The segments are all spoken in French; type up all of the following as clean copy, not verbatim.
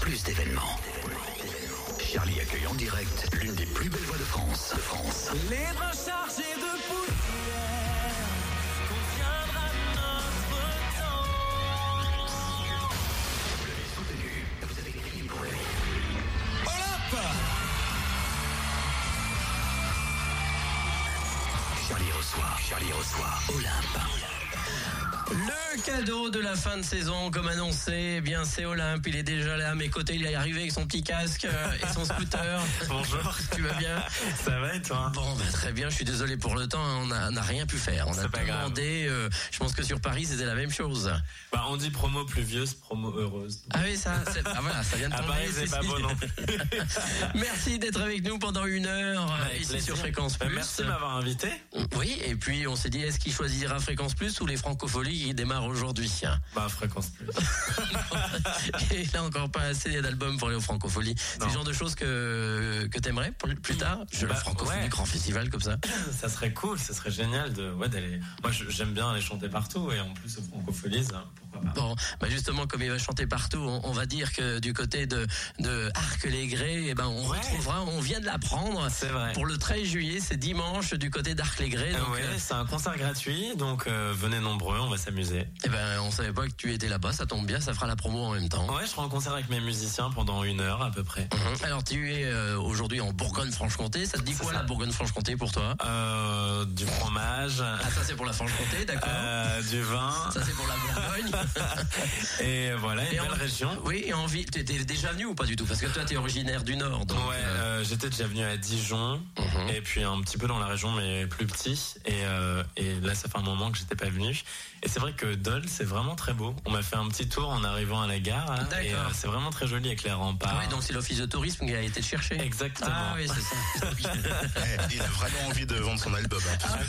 plus d'événements. Charlie accueille en direct l'une des plus belles voix de France. Les bras chargés de poussière, qu'on viendra notre temps. Vous l'avez soutenu, vous avez crié pour lui. Olympe! Charlie reçoit Olympe. Le cadeau de la fin de saison, comme annoncé, eh bien c'est Olympe. Il est déjà là à mes côtés. Il est arrivé avec son petit casque et son scooter. Bonjour. Tu vas bien? Ça va et toi? Bon, très bien. Je suis désolé pour le temps. On n'a rien pu faire. On a pas grave. demandé. Je pense que sur Paris, c'était la même chose. Bah, on dit promo pluvieuse, promo heureuse. Ah oui, voilà, ça vient de À tomber. Paris, c'est pas beau non plus. Merci d'être avec nous pendant 1 heure Avec ici plaisir. sur Fréquence Plus. Merci de m'avoir invité. Oui, et puis on s'est dit, est-ce qu'il choisira Fréquence Plus ou les Francopholies qui démarrent aujourd'hui? Bah, Fréquence Plus. Et il n'a encore pas assez d'albums pour aller aux Francopholies. C'est le genre de choses que t'aimerais plus tard? Le Francophonie, grand festival comme ça. Ça serait cool, ça serait génial d'aller. Moi, j'aime bien aller chanter partout et en plus aux Francopholies, pourquoi pas. Bon, justement, comme il va chanter partout, on va dire que du côté de Arc-les-Grès, on retrouvera, on vient de l'apprendre. C'est vrai. Pour le 13 juillet, c'est dimanche du côté d'Arc-les-Grès. C'est un concert gratuit, donc venez nombreux, on va s'amuser. On savait pas que tu étais là-bas, ça tombe bien, ça fera la promo en même temps. Ouais, je serai en concert avec mes musiciens pendant 1 heure à peu près. Alors tu es aujourd'hui en Bourgogne-Franche-Comté, ça te dit quoi la Bourgogne-Franche-Comté pour toi? Du fromage. Ah, ça c'est pour la Franche-Comté, d'accord. Du vin. Ça c'est pour la Bourgogne. Et voilà, une belle région. Oui, et t'étais déjà venu ou pas du tout? Parce que toi t'es originaire du Nord. Donc, j'étais déjà venu à Dijon, et puis un petit peu dans la région, mais plus petit. Et là, ça fait un moment que j'étais pas venu. Et c'est vrai que Dole, c'est vraiment très beau. On m'a fait un petit tour en arrivant à la gare, là, et c'est vraiment très joli avec les remparts. Ah oui, donc c'est l'office de tourisme qui a été te chercher. Exactement. Ah oui, c'est ça. Il a vraiment envie de vendre son album.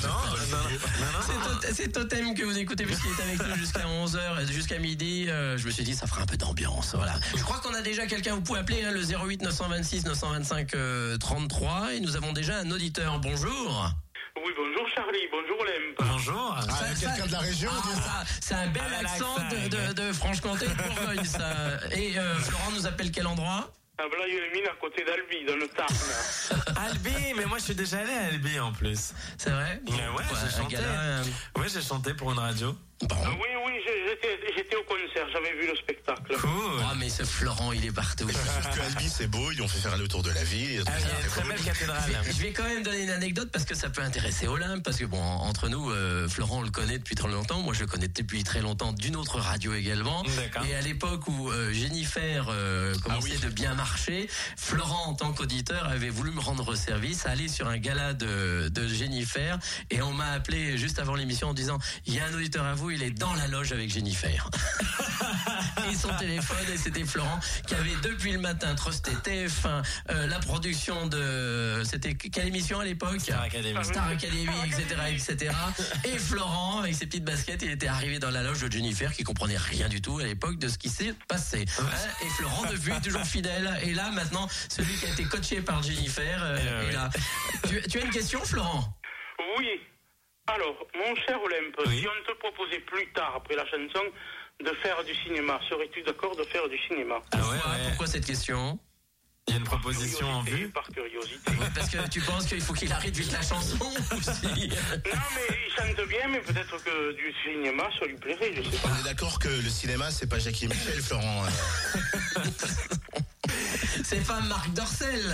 Non. C'est Totem que vous écoutez puisqu'il est avec nous jusqu'à 11h et jusqu'à midi. Je me suis dit, ça fera un peu d'ambiance. Voilà. Je crois qu'on a déjà quelqu'un, vous pouvez appeler le 08 926 925 33 et nous avons déjà un auditeur. Bonjour. Oui, bonjour Charlie, bonjour Olympe. Bonjour. Quelqu'un de la région. C'est un bel accent de Franche-Comté, de Bourgogne, ça. Et Florent nous appelle quel endroit? À Blaye-les-Mines, à côté d'Albi, dans le Tarn. Albi, mais moi je suis déjà allé à Albi en plus. C'est vrai? J'ai chanté pour une radio. Bon. Oui, j'étais au concert, j'avais vu le spectacle. Cool. Ah, mais ce Florent, il est partout. Sauf que Albi, c'est beau, ils ont fait faire le tour de la ville. Il y a une très belle cathédrale. Je vais quand même donner une anecdote parce que ça peut intéresser Olympe. Parce que entre nous, Florent, on le connaît depuis très longtemps. Moi, je le connais depuis très longtemps d'une autre radio également. D'accord. Et à l'époque où Jennifer commençait de bien marcher, Florent, en tant qu'auditeur, avait voulu me rendre service, aller sur un gala de Jennifer. Et on m'a appelé juste avant l'émission en disant, il y a un auditeur à vous, il est dans la loge avec Jennifer. Et son téléphone, et c'était Florent qui avait depuis le matin trusté TF1, la production de... C'était quelle émission à l'époque? Star Academy, etc. Et Florent, avec ses petites baskets, il était arrivé dans la loge de Jennifer qui comprenait rien du tout à l'époque de ce qui s'est passé. Et Florent, depuis, toujours fidèle. Et là, maintenant, celui qui a été coaché par Jennifer est là. Tu as une question, Florent? Oui. Alors, mon cher Olympe, si on te proposait plus tard, après la chanson, de faire du cinéma, serais-tu d'accord de faire du cinéma? Pourquoi cette question? Il y a une proposition en vue. Par curiosité. Parce que tu penses qu'il faut qu'il arrête vite la chanson aussi. Non, mais il chante bien, mais peut-être que du cinéma, ça lui plairait, je sais pas. On est d'accord que le cinéma, c'est pas Jackie et Michel, Florent. C'est pas Marc Dorcel.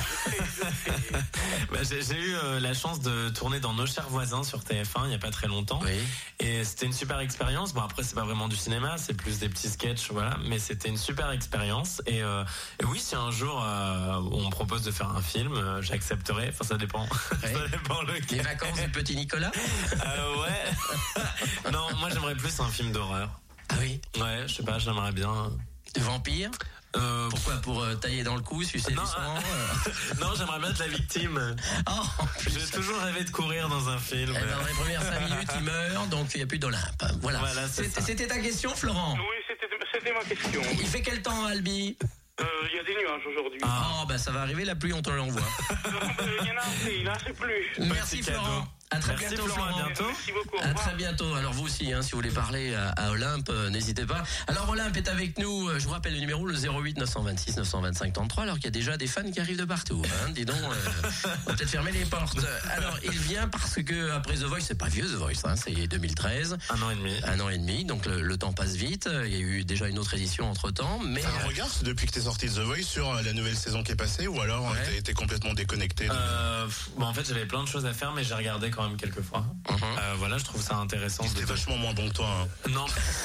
J'ai eu la chance de tourner dans Nos chers voisins sur TF1 il y a pas très longtemps. Oui. Et c'était une super expérience. Bon, après c'est pas vraiment du cinéma, c'est plus des petits sketchs, voilà. Mais c'était une super expérience. Et oui, si un jour on me propose de faire un film, j'accepterai. Enfin, ça dépend. Ouais. Ça dépend lequel. Les vacances du petit Nicolas. Ouais. Non, moi j'aimerais plus un film d'horreur. Ah oui. Ouais, je sais pas, j'aimerais bien. De vampire. Pourquoi? Pour tailler dans le cou, sucer du sang Non, j'aimerais bien être la victime. J'ai toujours rêvé de courir dans un film. Dans les premières 5 minutes, il meurt, donc il n'y a plus d'Olympe. Voilà c'était ta question, Florent? Oui, c'était ma question. Il fait quel temps, Albi? Il y a des nuages aujourd'hui. Ça va arriver, la pluie, on te l'envoie. Il y en a assez, il a assez plu. Merci, Petit Florent. À très Merci bientôt, Florent, à bientôt. Merci beaucoup. Au À revoir. très bientôt. Alors vous aussi, si vous voulez parler à Olympe, n'hésitez pas. Alors Olympe est avec nous. Je vous rappelle le numéro, le 08 926 925 33. Alors qu'il y a déjà des fans qui arrivent de partout. Dis donc, on va peut-être fermer les portes. Alors il vient parce que après The Voice, c'est pas vieux The Voice, c'est 2013. 1 an et demi. 1 an et demi. Donc le temps passe vite. Il y a eu déjà une autre édition entre temps, mais Un regard depuis que t'es sorti de The Voice sur la nouvelle saison qui est passée, ou alors t'es complètement déconnecté En fait, j'avais plein de choses à faire, mais j'ai regardé quand même quelques fois. Voilà, je trouve ça intéressant. C'était vachement moins bon que toi. Non,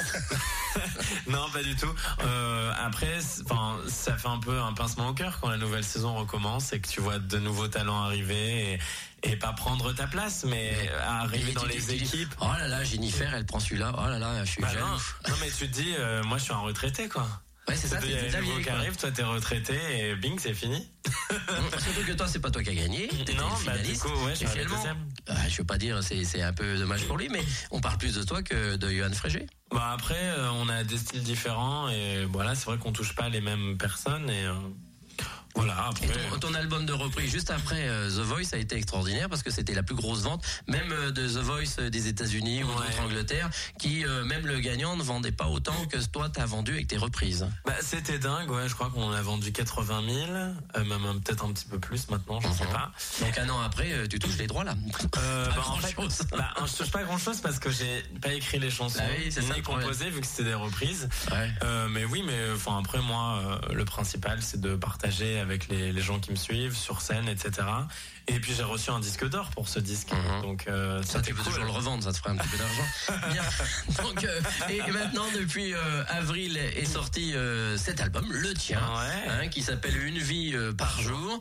non, pas du tout. Après, ça fait un peu un pincement au cœur quand la nouvelle saison recommence et que tu vois de nouveaux talents arriver et pas prendre ta place, mais arriver dans les équipes. Oh là là, Jennifer, elle prend celui-là. Oh là là, je suis jaloux. Non, mais tu te dis, moi, je suis un retraité, quoi. Ouais, c'est ça, Il y a c'est les ta nouveaux vieille, qui quoi. arrivent, toi, t'es retraité et bing, c'est fini. Surtout que toi, c'est pas toi qui as gagné. T'étais Non, le finaliste. du coup, ouais, je suis Et arrivé finalement, deuxième. je veux pas dire, c'est un peu dommage pour lui, mais on parle plus de toi que de Johan Frégé. Après, on a des styles différents et voilà, c'est vrai qu'on touche pas les mêmes personnes et voilà. Après, Et ton album de reprise juste après The Voice a été extraordinaire parce que c'était la plus grosse vente, même de The Voice des États-Unis ou d'autres Angleterre, qui même le gagnant ne vendait pas autant que toi t'as vendu avec tes reprises. C'était dingue, ouais. Je crois qu'on a vendu 80 000, même peut-être un petit peu plus maintenant, je sais pas. Donc 1 an après, tu touches les droits là. En fait, je touche pas grand-chose parce que j'ai pas écrit les chansons, oui, c'est ça, ni le problème. composé vu que c'était des reprises. Ouais. Mais après moi, le principal c'est de partager avec les gens qui me suivent sur scène, etc. Et puis j'ai reçu un disque d'or pour ce disque. Donc ça tu peux toujours le revendre, ça te fera un petit peu d'argent. Bien. Donc et maintenant depuis avril est sorti cet album, le tien, qui s'appelle Une vie par jour.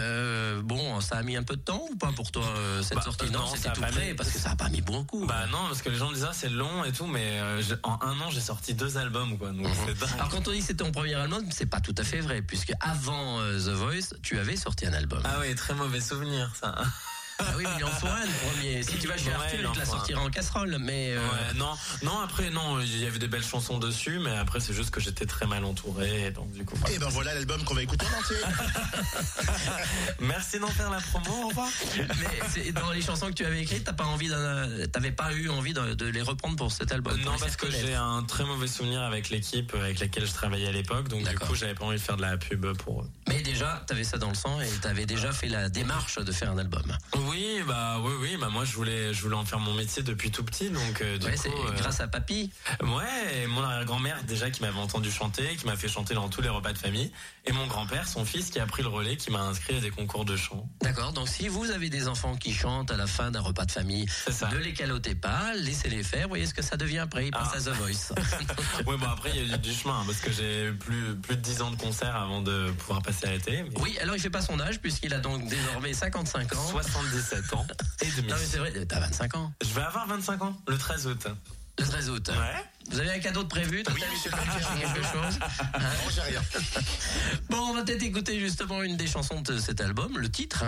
Ça a mis un peu de temps ou pas pour toi cette sortie? Non, c'était tout prêt parce que ça a pas mis beaucoup. Non, parce que les gens me disaient c'est long et tout, mais en 1 an j'ai sorti 2 albums, quoi. Donc c'est dingue. Alors quand on dit que c'était ton premier album, c'est pas tout à fait vrai, puisque avant The Voice, tu avais sorti un album. Ah oui, très mauvais souvenir ça. Ah oui, mais Antoine, premier. Si tu vas chez Arthur, il te la sortira en casserole, mais. Après, il y avait des belles chansons dessus, mais après, c'est juste que j'étais très mal entouré, et donc du coup. Et ben voilà l'album qu'on va écouter en entier. Merci d'en faire la promo, au revoir. Mais dans les chansons que tu avais écrites, t'avais pas eu envie de les reprendre pour cet album? Non, parce que j'ai un très mauvais souvenir avec l'équipe avec laquelle je travaillais à l'époque, donc du coup, j'avais pas envie de faire de la pub pour eux. Mais déjà, t'avais ça dans le sang et t'avais déjà fait la démarche de faire un album. Oui, moi je voulais en faire mon métier depuis tout petit, donc c'est grâce à papy. Ouais, et mon arrière-grand-mère déjà qui m'avait entendu chanter, qui m'a fait chanter dans tous les repas de famille, et mon grand-père, son fils, qui a pris le relais, qui m'a inscrit à des concours de chant. D'accord, donc si vous avez des enfants qui chantent à la fin d'un repas de famille, ne les calotez pas, laissez-les faire, voyez ce que ça devient après, ils passent à The Voice. Ouais, après il y a du chemin, parce que j'ai plus de 10 ans de concert avant de pouvoir passer à la télé. Mais... Oui, alors il fait pas son âge, puisqu'il a donc désormais 55 ans. 77 ans et demi. Non mais c'est vrai, t'as 25 ans. Je vais avoir 25 ans, le 13 août. Le 13 août. Ouais. Vous avez un cadeau de prévu? Oui, monsieur quelque chose? Non, j'ai rien. Bon, on va peut-être écouter justement une des chansons de cet album, le titre,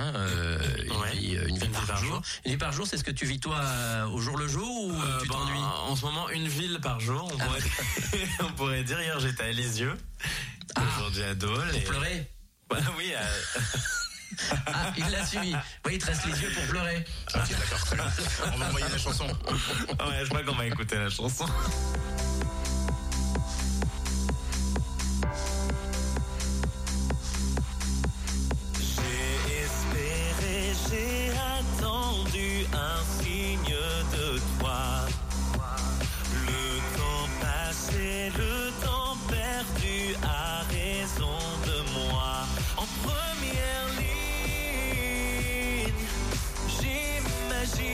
Une vie par jour. Une vie par jour, c'est ce que tu vis toi au jour le jour ou tu t'ennuies? En ce moment, une ville par jour, on pourrait dire. Hier, j'étais à Lisieux. Aujourd'hui à Dole. Pour pleurer? Oui. Il l'a suivi. Oui, il te reste les yeux pour pleurer. Ok, d'accord, très bien. On va envoyer la chanson. Ouais, je crois qu'on va écouter la chanson. J'ai espéré, j'ai attendu un signe de toi. Le temps passé, le temps perdu a raison de moi. En première ligne, j'imagine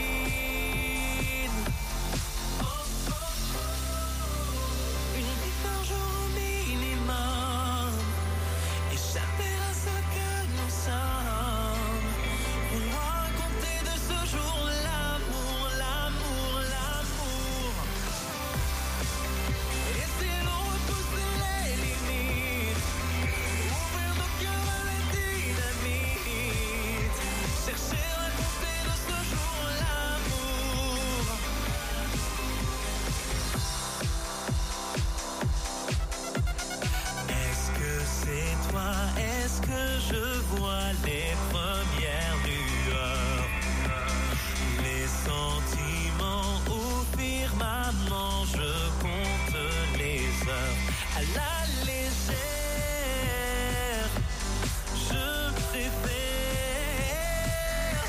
une vie par jour minimum. Échapper à ce que nous sommes. Pour raconter de ce jour l'amour, l'amour, l'amour. Et si l'on repousse les limites, ouvrir nos cœurs à la dynamite. Chercher à raconter de ce jour l'amour. Est-ce que c'est toi? Est-ce que je vois les premières lueurs? Les la légère. Je préfère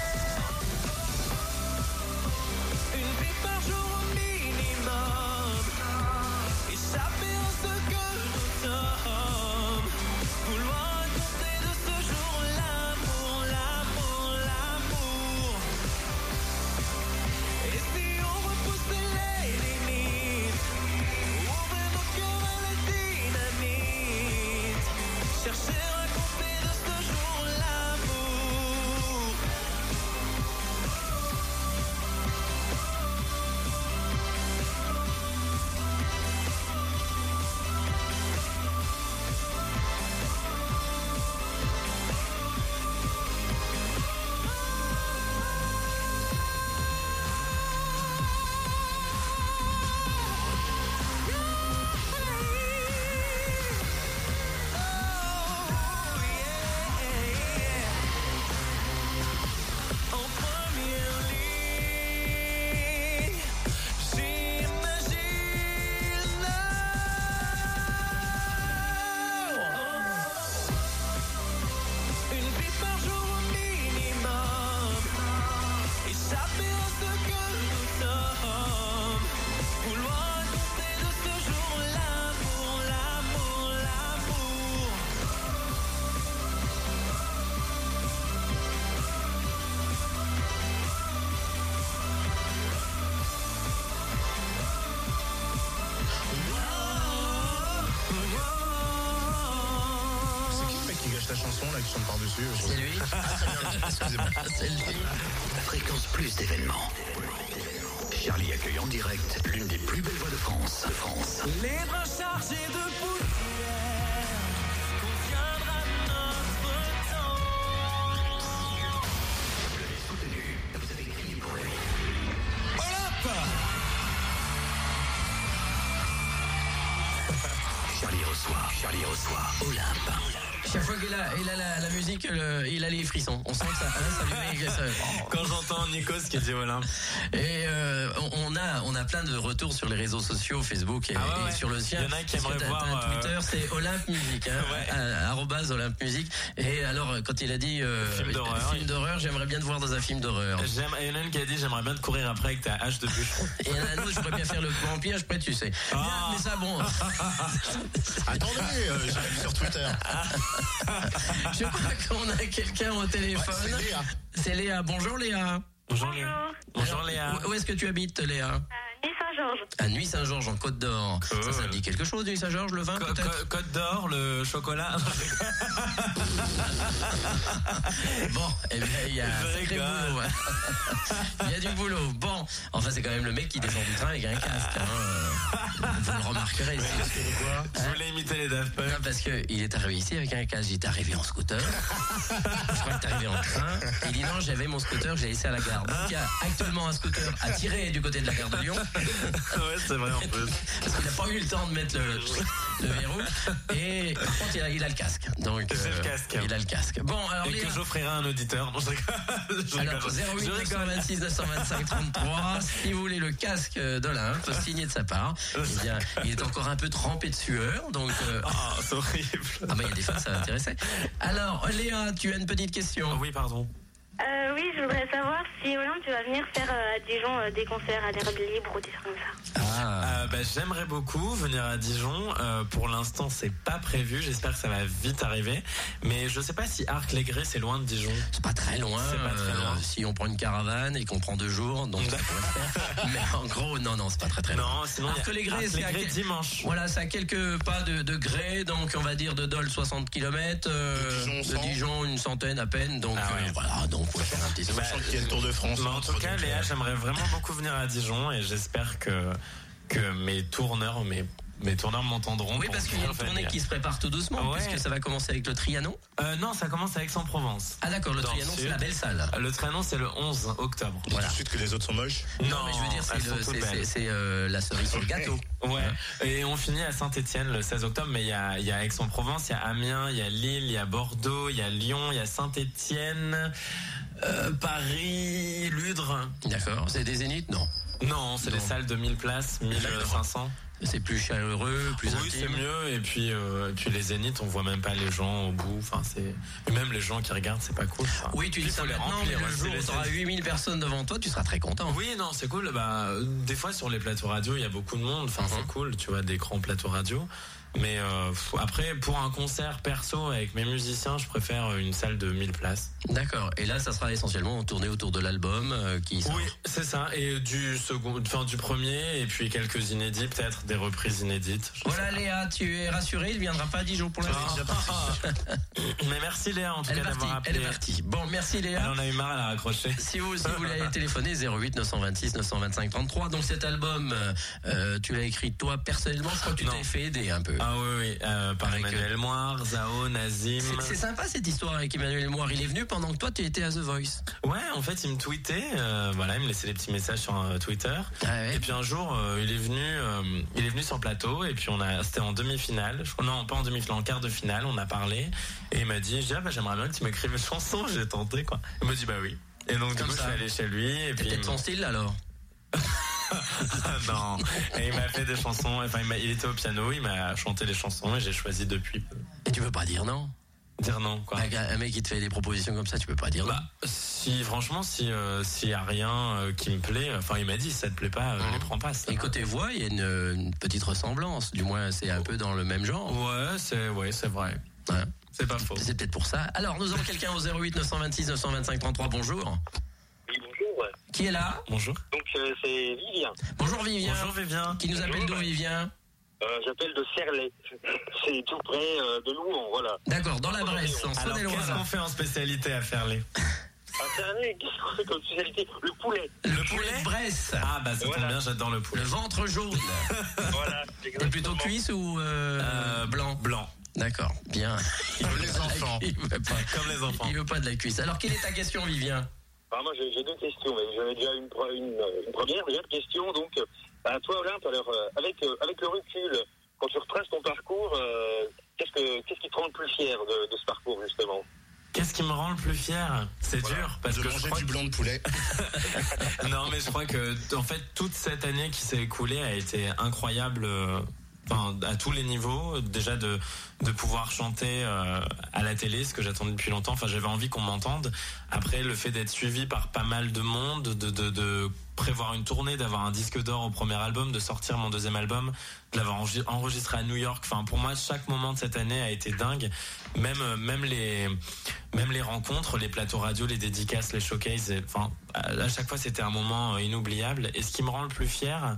une vie par jour au minimum. Échapper à ce que nous sommes. Vouloir raconter de ce jour l'amour, l'amour, l'amour. Et si on repoussait les limites, ouvrir nos cœurs à la dynamite, chercher à raconter de ce jour l'amour. En première ligne, j'imagine une vie par jour au minimum. Échapper à ce que nous sommes. Vouloir raconter de ce jour l'amour, l'amour, l'amour. C'est qui le mec qui gâche ta chanson là, qui chante par-dessus? C'est lui. Excusez-moi. C'est lui. Fréquence plus d'événements. Charlie accueille en direct l'une des plus belles voix de France. Les bras chargés de poussière, qu'on viendra notre temps. Soutenu, vous avez crié pour lui. Charlie reçoit Olympe. Chaque fois qu'il a la musique, il a les frissons. On sent que ça lui met. Quand j'entends Nikos qui dit Olympe. Et on a plein de retours sur les réseaux sociaux, Facebook et sur le sien. Il y en a qui Parce que aimeraient t'as voir. un Twitter, c'est Olympe Musique, @Olympe Musique. Et alors, quand il a dit film d'horreur, j'aimerais bien te voir dans un film d'horreur. Il y en a une qui a dit j'aimerais bien te courir après avec ta hache de bûcheron. Et il y en a un autre, j'aimerais bien faire le vampire, je peux, tu sais. Bien, mais ça, bon. Attendez, j'ai vu sur Twitter. Je crois qu'on a quelqu'un au téléphone. Ouais, c'est Léa. C'est Léa. Bonjour Léa. Bonjour Léa. Bonjour Léa. Où est-ce que tu habites, Léa? Nuit-Saint-Georges. À Nuit-Saint-Georges, en Côte d'Or. Cool. Ça te dit quelque chose, Nuit-Saint-Georges, le vin, peut-être? Côte d'Or, le chocolat. Bon, eh bien, il y a un Je sacré rigole. boulot. Il y a du boulot. Bon, enfin, c'est quand même le mec qui descend du train avec un casque. Vous le remarquerez. Je voulais imiter les Daft Punk. Non, parce qu'il est arrivé ici avec un casque. Il est arrivé en scooter. Je crois que t'es arrivé en train. Il dit non, j'avais mon scooter, je l'ai laissé à la gare. Donc il y a actuellement un scooter à tirer du côté de la gare de Lyon. Ouais, c'est vrai en plus. Parce qu'il n'a pas eu le temps de mettre le verrou. Et par contre, il a le casque. Donc, C'est le casque. Il a le casque. Bon, alors Et Léa, que j'offrirai à un auditeur. Non, je rigole. alors 08 926 925 33. Si vous voulez le casque d'Olympe, signé de sa part. Eh bien, il est encore un peu trempé de sueur. Donc, Ah, c'est horrible. ah bah il y a des fois ça m'intéressait. Alors Léa, tu as une petite question. Oui, pardon. Oui, je voudrais savoir si Olympe, tu vas venir faire à Dijon des concerts à l'air libre ou des trucs comme ça. J'aimerais beaucoup venir à Dijon. Pour l'instant, c'est pas prévu. J'espère que ça va vite arriver. Mais je sais pas si Arc-les-Grès, c'est loin de Dijon. C'est pas très loin. C'est pas très loin. Si on prend une caravane et qu'on prend 2 jours, donc ça pourrait le faire. Mais en gros, non, c'est pas très loin. Non, sinon, Arc-les-Grès, c'est à dimanche. Voilà, c'est à quelques pas de Grès, donc on va dire de Dole 60 km, de Dijon une centaine à peine, donc voilà, donc on va faire un petit Je sens qu'il y a le Tour de France. Mais en tout cas, Léa, j'aimerais vraiment beaucoup venir à Dijon et j'espère que mes tourneurs m'entendront. Oui, pour parce qu'il y a une venir. tournée qui se prépare tout doucement, Ouais. puisque ça va commencer avec le Trianon. Non, ça commence à Aix-en-Provence. Ah d'accord, le Dans le Trianon, c'est sud. la belle salle. Le Trianon, c'est le 11 octobre. Tout de suite que les autres sont moches. Non, mais je veux dire, elles sont toutes belles. c'est la cerise sur le gâteau. Ouais. Et on finit à Saint-Étienne le 16 octobre, mais il y a Aix-en-Provence, il y a Amiens, il y a Lille, il y a Bordeaux, il y a Lyon, il y a Saint-Étienne, Paris, Ludre. D'accord, c'est des zéniths, non? Non, c'est les salles de 1000 places, 1500. C'est plus chaleureux, plus intime. Oui, c'est mieux. Et puis les zéniths, on voit même pas les gens au bout. Enfin, même les gens qui regardent, c'est pas cool. Enfin, oui, tu dis ça maintenant, mais le jour où tu auras 8000 personnes devant toi, tu seras très content. Oui, non, c'est cool. Des fois, sur les plateaux radio, il y a beaucoup de monde. Enfin, c'est cool, tu vois, des grands plateaux radio. Mais après, pour un concert perso avec mes musiciens, je préfère une salle de 1000 places. D'accord. Et là, ça sera essentiellement tourné autour de l'album qui sort. Oui, c'est ça. Et du premier, et puis quelques inédits, peut-être des reprises inédites. Voilà, Léa, tu es rassurée, il viendra pas à Dijon pour l'instant. Mais merci Léa, en tout cas, d'avoir appelé. Elle est partie. Bon, merci Léa. Elle en a eu marre, elle a raccroché. Si vous aussi voulez téléphoner, 08 926 925 33. Donc cet album, tu l'as écrit toi personnellement, je crois que tu t'es fait aider un peu. Ah oui, par Emmanuel Moire, Zao, Nazim. C'est sympa cette histoire avec Emmanuel Moire. Il est venu pendant que toi tu étais à The Voice. Ouais, en fait il me tweetait, il me laissait des petits messages sur Twitter. Ah ouais. Et puis un jour il est venu sur le plateau et puis c'était en demi-finale. Non, pas en demi-finale, en quart de finale. On a parlé et il m'a dit, j'aimerais bien que tu m'écrives une chanson. J'ai tenté quoi. Il m'a dit bah oui. Et donc du coup je suis allé chez lui. Et puis peut-être son style alors. Non, et il m'a fait des chansons. Enfin, il était au piano, il m'a chanté des chansons et j'ai choisi depuis. Et tu peux pas dire non? Dire non, quoi. Un mec qui te fait des propositions comme ça, tu peux pas dire non. Franchement, s'il y a rien qui me plaît, enfin, il m'a dit, si ça te plaît pas, je les prends pas. Et côté voix, il y a une petite ressemblance. Du moins, c'est un peu dans le même genre. Ouais, c'est vrai. Ouais. C'est pas faux. C'est peut-être pour ça. Alors, nous avons quelqu'un au 08 926 925 33. Bonjour. Oui, bonjour. Qui est là? Bonjour. Donc, c'est Vivien. Bonjour Vivien. Bonjour Vivien. Qui nous appelle d'où, Vivien? J'appelle de Serlet. C'est tout près de Louan, voilà. D'accord, dans la Bresse, en Alors, qu'est-ce qu'on fait en spécialité à Ferlet? À Serlet, qu'est-ce qu'on fait comme spécialité? Le poulet. Le poulet de Bresse. Ah bah ça tombe bien, j'adore le poulet. Le ventre jaune. Voilà. T'es plutôt cuisse ou blanc? Blanc. D'accord, bien. Comme les enfants. Comme les enfants. Il veut pas de la cuisse. Alors, quelle est ta question, Vivien? Alors moi j'ai deux questions, mais j'avais déjà une première question. Donc à toi Olympe, alors avec le recul, quand tu retraces ton parcours, qu'est-ce qui te rend le plus fier de ce parcours justement? Qu'est-ce qui me rend le plus fier? C'est dur parce que je crois du blanc de poulet. Non mais je crois que en fait toute cette année qui s'est écoulée a été incroyable. À tous les niveaux, déjà de pouvoir chanter à la télé, ce que j'attendais depuis longtemps. Enfin, j'avais envie qu'on m'entende. Après, le fait d'être suivi par pas mal de monde, de prévoir une tournée, d'avoir un disque d'or au premier album, de sortir mon deuxième album, de l'avoir enregistré à New York. Enfin, pour moi, chaque moment de cette année a été dingue. Même les rencontres, les plateaux radio, les dédicaces, les showcases. Enfin, à chaque fois, c'était un moment inoubliable. Et ce qui me rend le plus fier,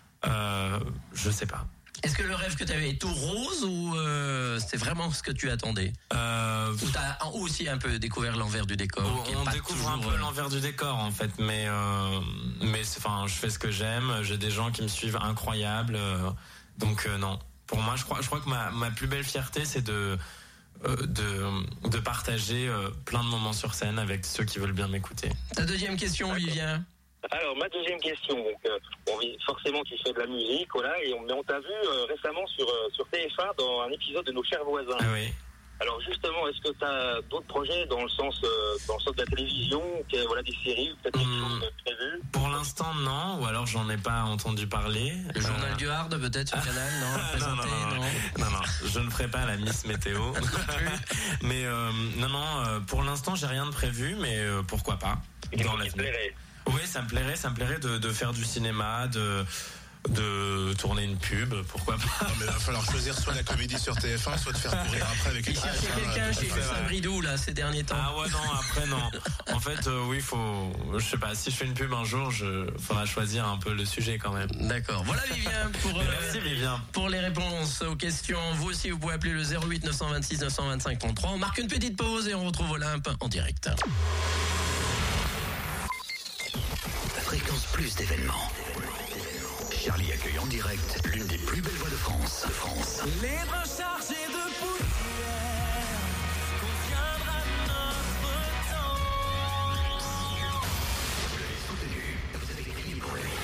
je sais pas. Est-ce que le rêve que tu avais est tout rose ou c'est vraiment ce que tu attendais? Ou t'as aussi un peu découvert l'envers du décor? On découvre un peu l'envers du décor en fait, mais je fais ce que j'aime. J'ai des gens qui me suivent incroyables, donc non. Pour moi, je crois que ma plus belle fierté, c'est de partager plein de moments sur scène avec ceux qui veulent bien m'écouter. Ta deuxième question, Vivien? Alors, ma deuxième question, donc, forcément tu fais de la musique, voilà, mais on t'a vu récemment sur TF1 dans un épisode de Nos chers voisins. Ah oui. Alors justement, est-ce que tu as d'autres projets dans le sens de la télévision, voilà, des séries, peut-être quelque chose prévu? Pour l'instant, non, ou alors j'en ai pas entendu parler. Le journal du Hard, peut-être, sur Canal, non? Non, je ne ferai pas la Miss Météo. Mais pour l'instant, j'ai rien de prévu, mais pourquoi pas dans l'avenir. Oui, ça me plairait de faire du cinéma, de tourner une pub, pourquoi pas. Non, mais il va falloir choisir soit la comédie sur TF1, soit de faire courir après avec une Il cherchait quelqu'un chez Saint-Bridou, là, ces derniers temps. Ah ouais, non, après, non. En fait, oui, je sais pas, si je fais une pub un jour, faudra choisir un peu le sujet quand même. D'accord. Voilà, Vivien, merci, Vivien. Pour les réponses aux questions. Vous aussi, vous pouvez appeler le 08 926 925 33. On marque une petite pause et on retrouve Olympe en direct. Fréquence plus d'événements. Charlie accueille en direct l'une des plus belles voix de France. Les bras chargés de poussière, qu'on viendra notre temps. Vous l'avez soutenu, vous avez gagné pour lui.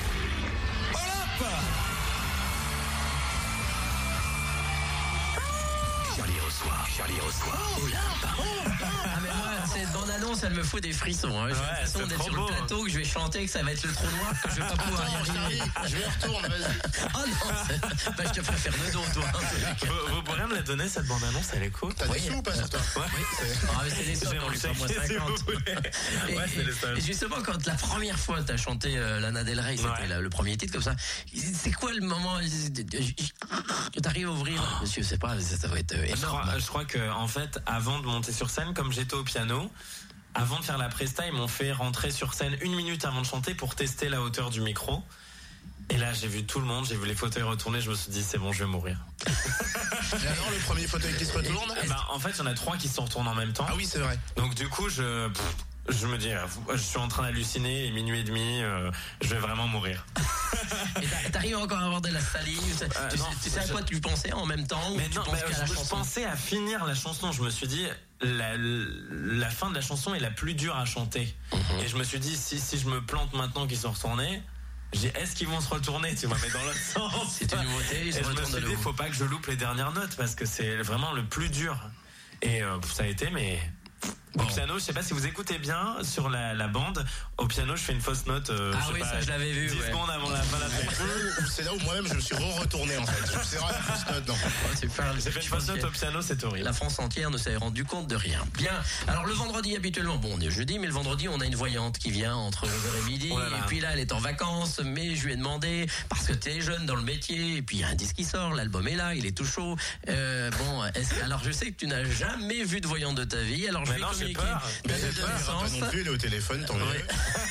Olympe! Charlie soir, Charlie reçoit Olympe. Ah mais moi, cette bande-annonce, elle me fout des frissons. Hein. J'ai l'impression d'être sur le plateau, que je vais chanter, que ça va être le trou noir, que je vais pas pouvoir y arriver. Je me retourne, vas-y. Oh non, bah, je te préfère le dos, toi. Vous pourriez me la donner, cette bande-annonce, elle est cool. T'as des sous ou pas sur toi? Ouais. Ah, mais c'est les sommes, on lui fait moins 50. Et justement, quand la première fois t'as chanté Lana Del Rey, c'était le premier titre comme ça, c'est quoi le moment que t'arrives à ouvrir? Monsieur, c'est pas, ça va être énorme. Je crois que, en fait, avant de monter sur scène, comme j'étais au piano, avant de faire la presta, ils m'ont fait rentrer sur scène 1 minute avant de chanter pour tester la hauteur du micro. Et là, j'ai vu tout le monde, j'ai vu les fauteuils retourner, je me suis dit, c'est bon, je vais mourir. Et alors, le premier fauteuil qui se retourne? En fait, il y en a 3 qui se retournent en même temps. Ah oui, c'est vrai. Donc du coup, je me dis, je suis en train d'halluciner, et 00:30, je vais vraiment mourir. Et t'arrives encore à avoir de la salive. Tu sais à quoi tu pensais en même temps? Mais non, je pensais à finir la chanson. Je me suis dit, la fin de la chanson est la plus dure à chanter. Et je me suis dit, si je me plante maintenant qu'ils sont retournés, est-ce qu'ils vont se retourner, tu vois, mais dans l'autre sens. C'est une nouveauté, ils se retournent de je me suis dit, faut pas que je loupe les dernières notes parce que c'est vraiment le plus dur. Et ça a été, mais au piano, je sais pas si vous écoutez bien sur la bande. Au piano, je fais une fausse note. Ça je l'avais vu. 10 secondes avant la fin de la chanson. C'est là où moi-même je me suis retourné en fait. C'est rare la fausse note. J'ai fait une fausse note au piano, c'est horrible. La France entière ne s'est rendu compte de rien. Bien. Alors le vendredi habituellement, on est jeudi, mais le vendredi on a une voyante qui vient entre 11h et midi. Et puis là elle est en vacances, mais je lui ai demandé parce que t'es jeune dans le métier. Et puis il y a un disque qui sort, l'album est là, il est tout chaud. Alors je sais que tu n'as jamais vu de voyante de ta vie. Alors je vais communiquer. Mais j'ai pas non plus, il est au téléphone, tant mieux.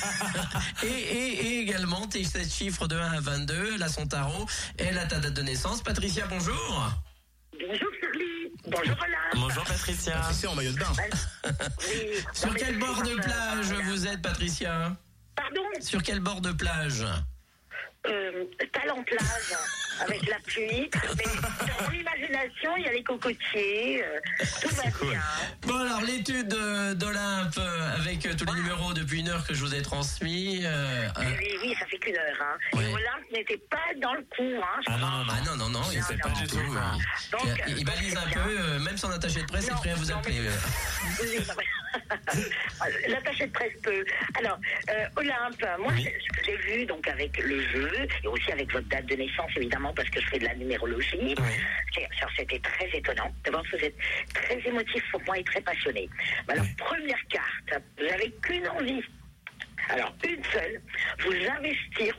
Et également tes 7 chiffres de 1 à 22, là son tarot, et là ta date de naissance. Patricia, bonjour. Bonjour Charlie. Bonjour Olympe. Bonjour Patricia. Patricia en maillot de bain. Oui. Sur quel bord de plage vous êtes, Patricia? Pardon? Sur quel bord de plage? Talent plage, avec la pluie, mais dans mon imagination, il y a les cocotiers, tout va bien. Bon alors, l'étude d'Olympe, avec tous les numéros depuis 1 heure que je vous ai transmis. Oui, ça fait qu'1 heure. Hein. Oui. Et Olympe n'était pas dans le coup. Hein, non, il ne fait pas du tout. Donc, il balise un peu, même son attaché de presse est prêt à vous appeler. L'attaché de presse peut. Alors, Olympe, moi, ce que j'ai vu, donc, avec le jeu, et aussi avec votre date de naissance, évidemment, parce que je fais de la numérologie, c'était très étonnant. D'abord, vous êtes très émotif pour moi et très passionné. Alors, première carte, vous n'avez qu'une envie. Alors, une seule, vous investir,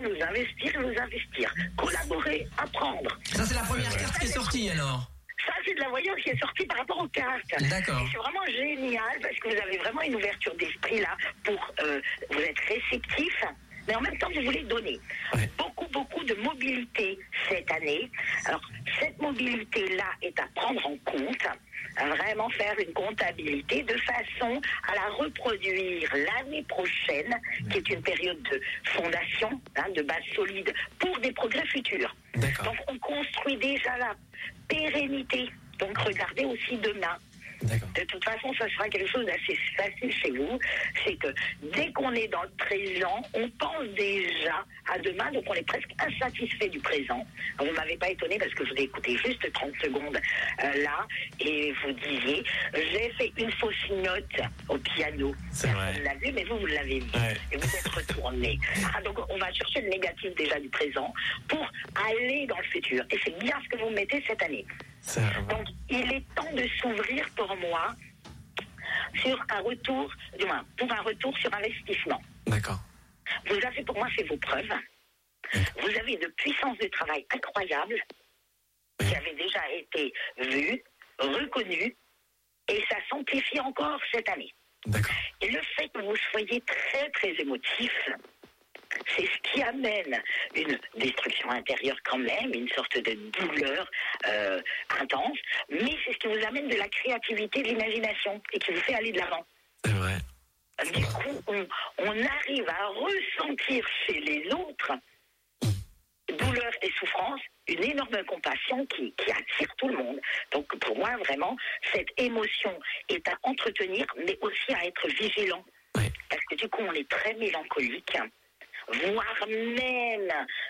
collaborer, apprendre. Ça, c'est la première carte qui est sortie, alors. Ça, c'est de la voyance qui est sortie par rapport aux cartes. D'accord. Et c'est vraiment génial parce que vous avez vraiment une ouverture d'esprit là pour vous êtes réceptif, mais en même temps vous voulez donner. Beaucoup de mobilité cette année. Alors cette mobilité là est à prendre en compte, à vraiment faire une comptabilité de façon à la reproduire l'année prochaine, qui est une période de fondation, de base solide pour des progrès futurs. Donc on construit déjà la pérennité. Donc regardez aussi demain. De toute façon, ça sera quelque chose d'assez facile chez vous. C'est que dès qu'on est dans le présent, on pense déjà à demain, donc on est presque insatisfait du présent. Alors, vous ne m'avez pas étonné parce que je vous ai écouté juste 30 secondes là, et vous disiez, j'ai fait une fausse note au piano. C'est vrai. Vous l'avez vu, mais vous l'avez vu. Et vous êtes retourné. Donc on va chercher le négatif déjà du présent pour aller dans le futur. Et c'est bien ce que vous mettez cette année. Donc, il est temps de s'ouvrir pour moi sur un retour, pour un retour sur investissement. D'accord. Vous avez pour moi fait vos preuves. Vous avez une puissance de travail incroyable qui avait déjà été vue, reconnue, et ça s'amplifie encore cette année. D'accord. Et le fait que vous soyez très, très émotif, c'est ce qui amène une destruction intérieure quand même, une sorte de douleur intense, mais c'est ce qui vous amène de la créativité, de l'imagination, et qui vous fait aller de l'avant. C'est vrai. Du coup, on arrive à ressentir chez les autres douleur et souffrance, une énorme compassion qui attire tout le monde. Donc pour moi, vraiment, cette émotion est à entretenir, mais aussi à être vigilant. Parce que du coup, on est très mélancolique. voire même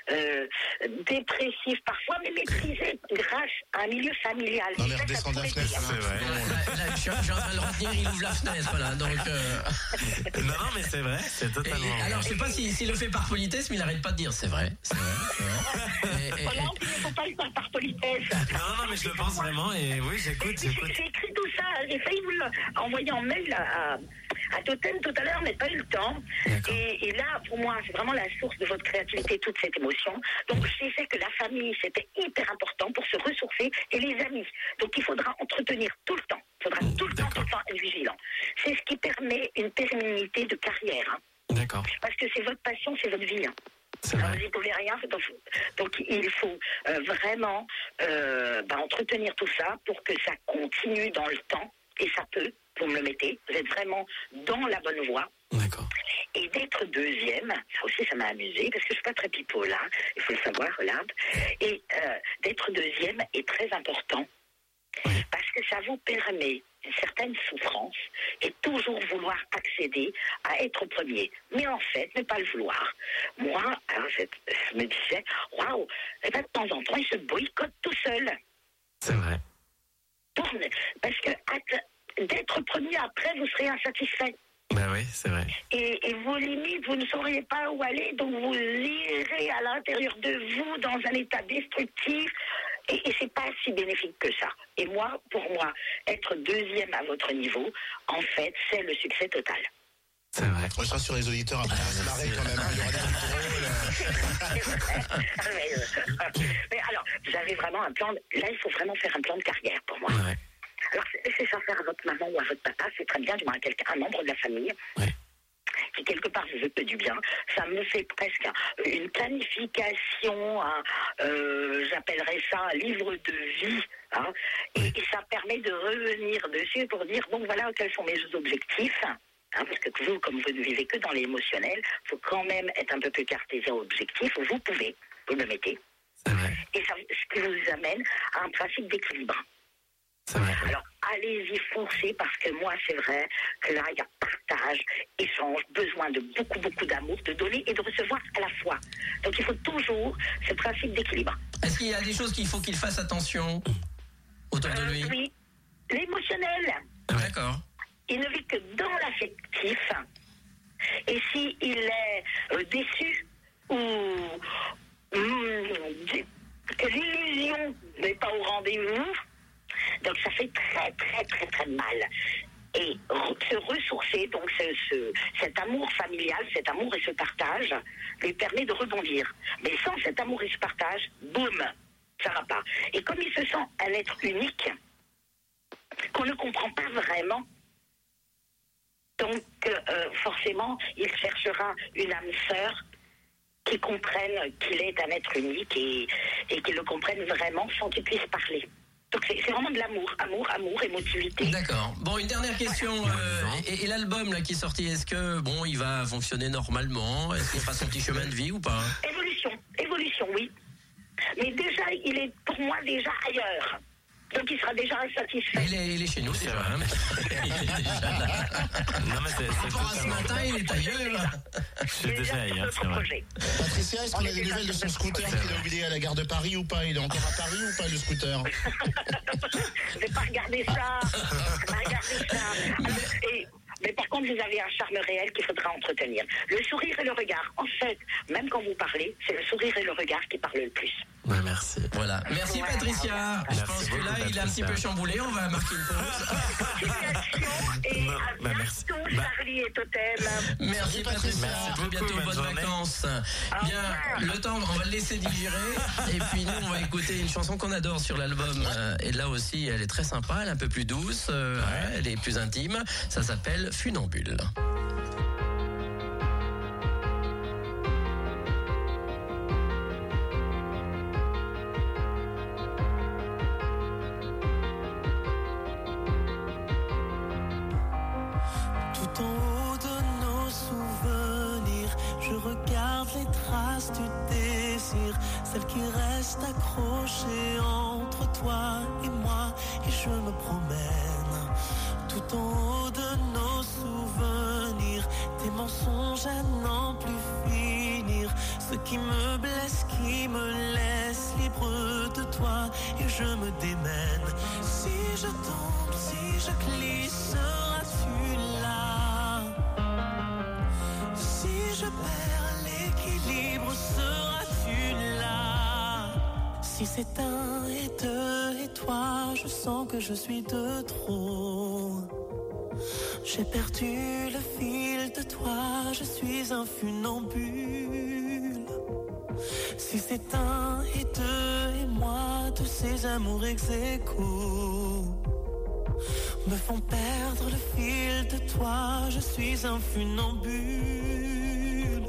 dépressif parfois, mais maîtrisé grâce à un milieu familial. Non, mais redescend de la fenêtre, c'est vrai. Là, je suis en train de le retenir, il ouvre la fenêtre, là. Donc, Non, mais c'est vrai, c'est totalement vrai. alors, je sais pas s'il le fait par politesse, mais il arrête pas de dire c'est vrai. Voilà, il ne faut pas le faire par politesse. Non, mais je le pense vraiment, et oui, j'écoute. J'ai écrit tout ça, j'ai failli vous l'envoyer en mail à Totem tout à l'heure, mais pas eu le temps. Et là, pour moi, c'est vraiment la source de votre créativité, toute cette émotion. Donc, je sais que la famille, c'était hyper important pour se ressourcer, et les amis. Donc, il faudra entretenir tout le temps. Il faudra tout le temps être vigilant. C'est ce qui permet une pérennité de carrière. Hein. D'accord. Parce que c'est votre passion, c'est votre vie. Hein. Alors, vous n'y pouvez rien, donc il faut vraiment entretenir tout ça pour que ça continue dans le temps, et ça peut, vous me le mettez, vous êtes vraiment dans la bonne voie. D'accord. Et d'être deuxième, ça aussi ça m'a amusé, parce que je suis pas très pipeau là, il faut le savoir, Olympe, et d'être deuxième est très important, parce que ça vous permet une certaine souffrance et toujours vouloir accéder à être premier. Mais en fait, ne pas le vouloir. Moi, alors, je me disais, waouh, de temps en temps, il se boycotte tout seul. C'est vrai. Parce que d'être premier après, vous serez insatisfait. Ben oui, c'est vrai. Et vos limites, vous ne sauriez pas où aller, donc vous irez à l'intérieur de vous dans un état destructif. Et c'est pas si bénéfique que ça. Et moi, pour moi, être deuxième à votre niveau, en fait, c'est le succès total. C'est vrai. Moi, je rassure les auditeurs, après, on va se marrer quand même. Il y aura des trucs drôles. Mais alors, vous avez vraiment un plan. Là, il faut vraiment faire un plan de carrière pour moi. Ouais. Alors, laissez ça faire à votre maman ou à votre papa, c'est très bien, du moins un membre de la famille. Ouais. Qui quelque part vous veut du bien. Ça me fait presque une planification, j'appellerais ça un livre de vie, hein, et ça permet de revenir dessus pour dire, bon voilà, quels sont mes objectifs, hein, parce que vous, comme vous ne vivez que dans l'émotionnel, il faut quand même être un peu plus cartésien objectif, vous pouvez, vous le mettez, et ça, ce qui vous amène à un principe d'équilibre. Alors, allez-y, foncez, parce que moi, c'est vrai que là, il y a partage, échange, besoin de beaucoup, beaucoup d'amour, de donner et de recevoir à la fois. Donc, il faut toujours ce principe d'équilibre. Est-ce qu'il y a des choses qu'il faut qu'il fasse attention autour de lui? Oui, l'émotionnel. D'accord. Il ne vit que dans l'affectif. Et s'il est déçu ou que l'illusion n'est pas au rendez-vous, donc ça fait très très très très mal. Et se ressourcer, donc cet amour familial, cet amour et ce partage lui permet de rebondir. Mais sans cet amour et ce partage, boum, ça va pas. Et comme il se sent un être unique, qu'on ne comprend pas vraiment, donc forcément, il cherchera une âme sœur qui comprenne qu'il est un être unique et qu'il le comprenne vraiment sans qu'il puisse parler. Donc c'est vraiment de l'amour, amour, émotivité. D'accord. Bon, une dernière question. Et l'album là qui est sorti, est-ce que il va fonctionner normalement? Est-ce qu'il fera son petit chemin de vie ou pas? Évolution, oui. Mais déjà, il est pour moi déjà ailleurs. Donc il sera déjà insatisfait. Il est chez nous déjà. Hein. Il est déjà là. Non, mais c'est par rapport à ce matin, il est ailleurs. Je suis déjà ailleurs, c'est vrai. Patricia, est-ce qu'on a des nouvelles de son scooter qu'il a oublié à la gare de Paris ou pas? Il est encore à Paris ou pas, le scooter? Je vais pas regarder ça. Mais par contre, vous avez un charme réel qu'il faudra entretenir. Le sourire et le regard. En fait, même quand vous parlez, c'est le sourire et le regard qui parlent le plus. Ouais, merci. Voilà. Merci Patricia. Je pense que là, il est un petit peu chamboulé. On va marquer une pause. Et à bientôt, Charlie et Totem. Merci Patricia. À bientôt, bonnes vacances. Bien, le temps, on va le laisser digérer. Et puis nous, on va écouter une chanson qu'on adore sur l'album. Et là aussi, elle est très sympa. Elle est un peu plus douce. Elle est plus intime. Ça s'appelle Funambule. Celle qui reste accrochée entre toi et moi, et je me promène tout en haut de nos souvenirs, des mensonges à n'en plus finir. qui me blesse, qui me laisse libre de toi et je me démène. Si je tombe, si je glisse, seras-tu là? Si je perds l'équilibre, seras-tu là? Si c'est un et deux et toi, je sens que je suis de trop. J'ai perdu le fil de toi, je suis un funambule. Si c'est un et deux et moi, tous ces amours ex-aequo me font perdre le fil de toi, je suis un funambule.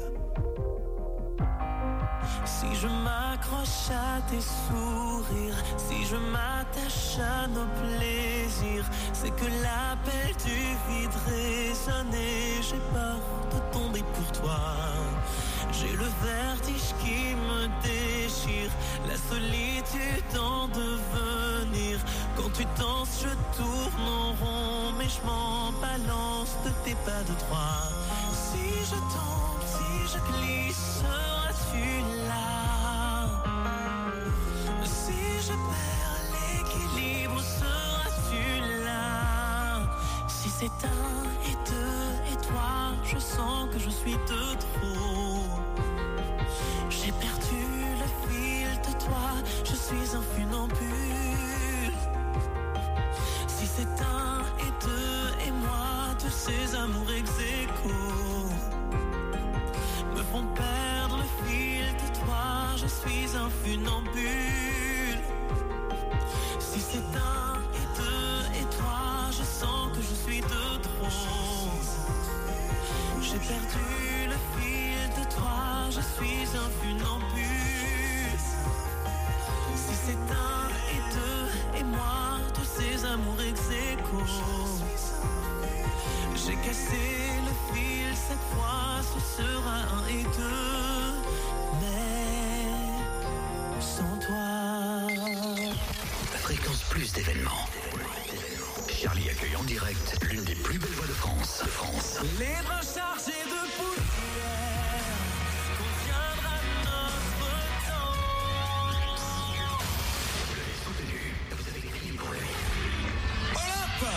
Si je m'accroche à tes sourires, si je m'attache à nos plaisirs, c'est que l'appel du vide résonne et j'ai peur de tomber pour toi. J'ai le vertige qui me déchire, la solitude en devenir. Quand tu danses, je tourne en rond, mais je m'en balance de tes pas de droit. Si je tombe, si je glisse, seras-tu là? Si je perds l'équilibre, seras-tu là? Si c'est un et deux et toi, je sens que je suis de trop. J'ai perdu le fil de toi, je suis un funambule. Si c'est un et deux et moi, tous ces amours ex-aequo me font perdre le fil de toi, je suis un funambule. Si c'est un et deux et toi, je sens que je suis de trop. J'ai perdu le fil de toi, je suis un funambule. Si c'est un et deux et moi, tous ces amours ex-aequo, j'ai cassé le fil cette fois, ce sera un et deux, mais sans toi. Fréquence plus d'événements. Charlie accueille en direct l'une des plus belles voix de France. Les bras chargés de poussière, qu'on viendra notre temps. Vous l'avez soutenu, vous avez crié pour lui. Olympe!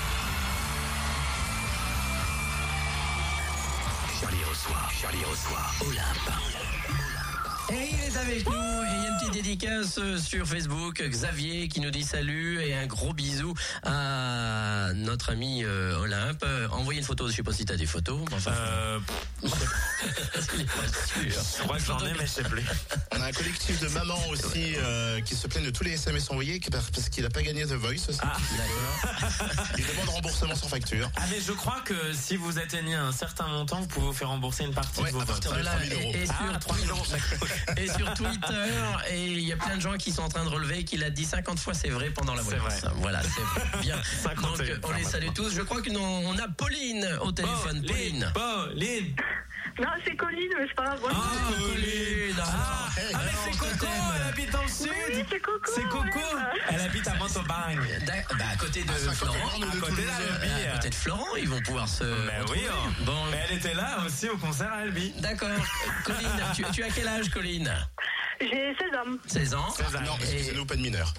Charlie reçoit Olympe. Et il est avec nous, et il y a une petite dédicace sur Facebook, Xavier qui nous dit salut et un gros bisou à notre ami Olympe. Envoyez une photo, je sais pas si t'as des photos. Enfin, il est pas sûr. Je crois que j'en ai, mais je sais plus. On a un collectif de mamans aussi qui se plaignent de tous les SMS envoyés parce qu'il n'a pas gagné The Voice aussi. Ah, d'accord. Il demande remboursement sans facture. Ah, mais je crois que si vous atteignez un certain montant, vous pouvez vous faire rembourser une partie de vos à votes. partir de 3 000 euros. Et sur, 3 000 euros. et sur Twitter, et il y a plein de gens qui sont en train de relever qu'il a dit 50 fois c'est vrai pendant la voix. C'est vrai. Voilà, c'est vrai. Bien. 50 Donc on les salue tous. Je crois qu'on a Pauline au téléphone. Pauline. Pauline. Non, c'est Colline, mais c'est pas grave. Ah, Pauline. Ah, mais c'est Coco, elle habite dans le sud. Oui, c'est Coco. C'est Coco. ouais. Elle habite à Montaubagne. Bah, à côté de 50 Florent. bornes de À côté Toulouse. d'Albi. À côté de Florent, ils vont pouvoir se. Mais oui, retrouver. Bon, mais elle était là aussi au concert à Albi. d'accord. Colline, tu as quel âge, Colline? J'ai 16 ans. 16 ans. Non, excusez-nous, pas de mineur.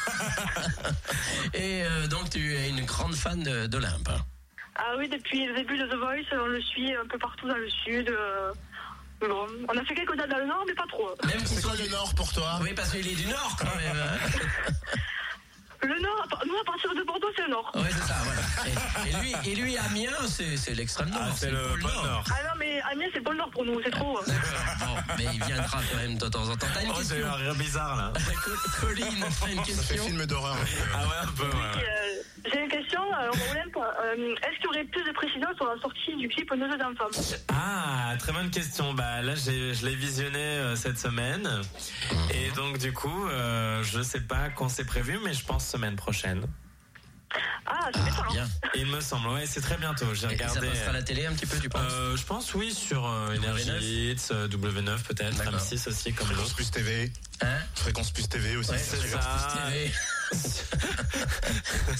Et donc tu es une grande fan d'Olympe. Ah oui, depuis le début de The Voice, on le suit un peu partout dans le sud. Bon, on a fait quelques dates dans le nord, mais pas trop. Même qu'il C'est soit quoi le Nord pour toi? Oui, parce qu'il est du Nord quand même. hein. Le nord, nous à partir de Bordeaux, c'est le nord. Ouais, c'est ça, voilà. Et lui, Amiens, c'est l'extrême Nord. Ah, c'est le pôle Nord. Ah non, mais Amiens, c'est pas le nord pour nous, c'est trop. D'accord. Bon, mais il viendra quand même de temps en temps. T'as une Oh, j'ai eu question? un rire bizarre là. Colline, t'as une Ça fait question? film d'horreur. Ah ouais, un peu, ouais. J'ai une question, Olympe. Est-ce qu'il y aurait plus de précisions sur la sortie du clip Nos deux enfants? Ah, très bonne question. Bah là, je l'ai visionné cette semaine. Et donc du coup, je sais pas quand c'est prévu, mais je pense semaine prochaine. Ah, c'est bien. Bien. Il me semble, ouais, c'est très bien. J'ai Et ça regardé. passera à la télé un petit peu, tu penses? Je pense oui sur Énergie Hits, W9 peut-être, D'accord. M6 aussi comme Fréquence l'autre. plus TV. Hein? Fréquence plus TV aussi. Ouais, C'est Fréquence ça. Plus TV.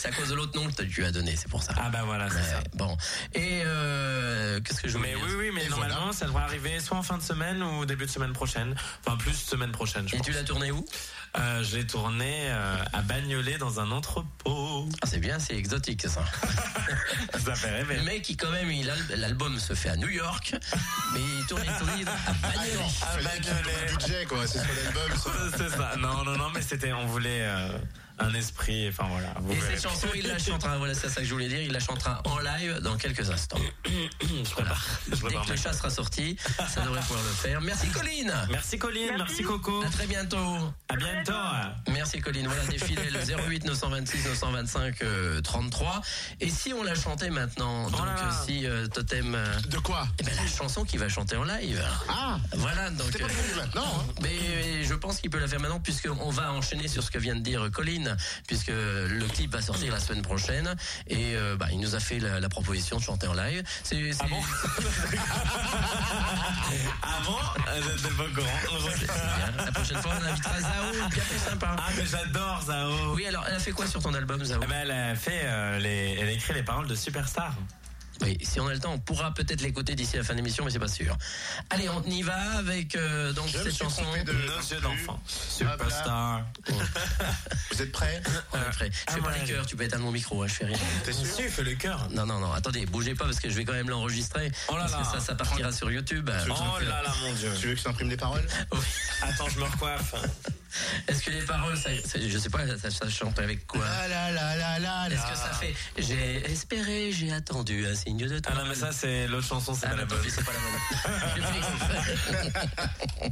c'est à cause de l'autre nom que tu as donné, c'est pour ça. Ah bah voilà, c'est ça. Bon. Et qu'est-ce que je voulais dire ? Oui, mais normalement, ça devrait arriver soit en fin de semaine ou début de semaine prochaine. Enfin, plus semaine prochaine, je pense. Et tu l'as tourné où ? Je l'ai tourné à Bagnolet dans un entrepôt. Ah, c'est bien, c'est exotique ça. Ça fait rêver. Le mec, quand même, l'album se fait à New York, mais il tourne à Bagnolet. À Bagnolet. Budget, quoi, c'est sur l'album. C'est ça. Non, mais on voulait un esprit, enfin voilà. Et cette chanson, il la chantera, voilà, c'est ça que je voulais dire, il la chantera en live dans quelques instants. Je prépare. Dès que le chat sera sorti, ça devrait pouvoir le faire. Merci Colline. Merci Colline, merci Coco. À très bientôt. À bientôt. Merci Colline. Voilà, défilez le 08 926 925 33. Et si on la chantait maintenant, donc si Totem. De quoi ? Eh ben la chanson qu'il va chanter en live. Ah. Voilà, donc. C'était pas prévu maintenant. Hein. Mais je pense qu'il peut la faire maintenant puisqu'on va enchaîner sur ce que vient de dire Colline, puisque le clip va sortir la semaine prochaine et il nous a fait la proposition de chanter en live. Ah bon? Ah bon? T'es pas au courant. La prochaine fois, on invitera Zao, bien plus sympa. Ah, mais j'adore Zao. Oui, alors, elle a fait quoi sur ton album, Zao? Elle a fait, elle a écrit les paroles de Superstar. Oui, si on a le temps, on pourra peut-être l'écouter d'ici la fin de l'émission, mais c'est pas sûr. Allez, on y va avec donc cette chanson. Nos yeux d'enfant. Superstar. Vous êtes prêts? On est prêts. Je fais pas les cœurs, tu peux éteindre mon micro, hein, je fais rien. T'es sûr? Si, fais les cœurs. Non, attendez, bougez pas parce que je vais quand même l'enregistrer. Oh là parce que ça partira sur YouTube. Oh là là, mon Dieu. Tu veux que je t'imprime des paroles? Oui. Attends, je me recoiffe. Est-ce que les paroles, je sais pas, ça chante avec quoi? Est-ce que ça fait j'ai espéré, j'ai attendu un signe de toi? Ah non, mais ça, c'est l'autre chanson, c'est pas la bonne. C'est pas la bonne.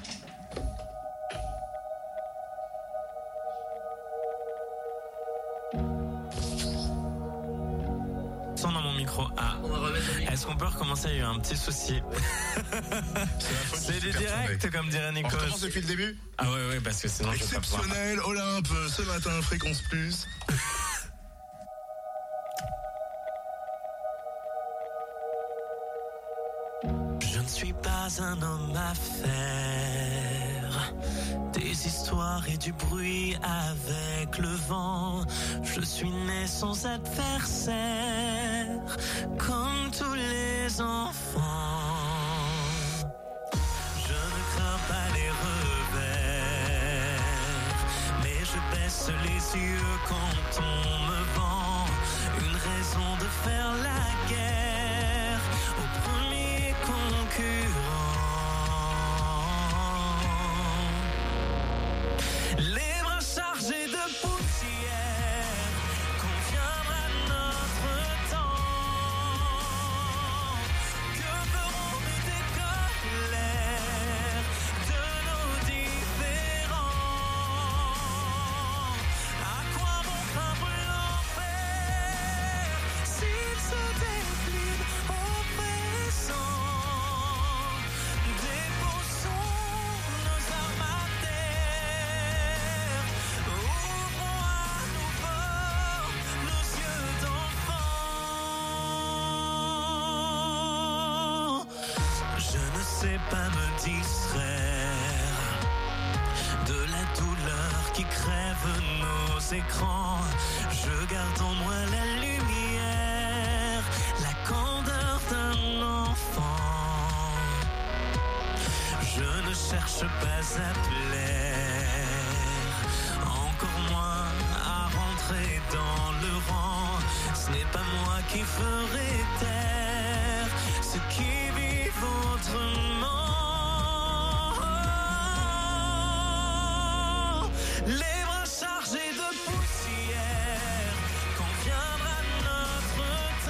Son dans mon micro. Ah, est-ce qu'on peut recommencer? Il y a eu un petit souci. C'est du direct, comme dirait Nico. On recommence depuis le début? Ah ouais, parce que sinon je vais pas pouvoir. Exceptionnel, Olympe, ce matin, Fréquence Plus. Je ne suis pas un homme à faire des histoires et du bruit avec le vent. Je suis né sans adversaire, comme tous les enfants. Je ne crains pas les revers, mais je baisse les yeux quand on me vend une raison de faire la guerre au premier concurrent. Les bras chargés de poussière, qu'on viendra notre temps. Que ferons-nous des colères, de nos différends? À quoi bon craindre l'enfer s'il se décline au présent? Déposons nos armes à terre, ouvrons à nouveau nos yeux d'enfant. Je ne sais pas me distraire de la douleur qui crève nos écrans. Je garde en moi la lumière, la candeur d'un enfant. Je ne cherche pas à plaire, encore moins à rentrer dans le rang. Ce n'est pas moi qui ferai taire ceux qui vivent autrement. Les bras chargés de poussière, quand viendra notre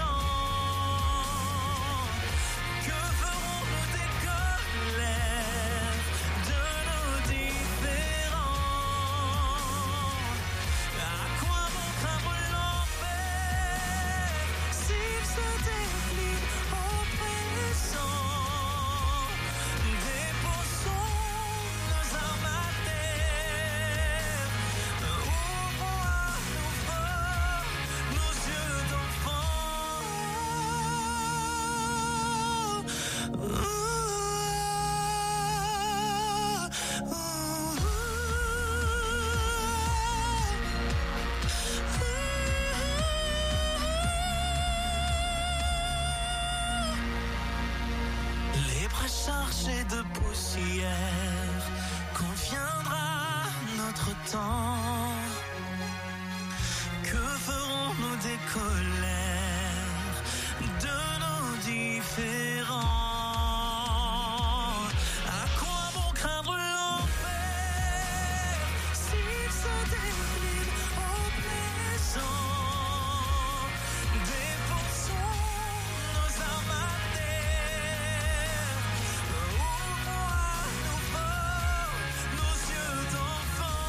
temps. Que ferons-nous des colères, de nos différends? À quoi bon craindre l'enfer s'il se temps. Que ferons-nous des colères de nos différends? À quoi bon craindre l'enfer s'il se décline au plaisant? Défonçons nos âmes à terre, ouvrons à nouveau nos yeux d'enfant.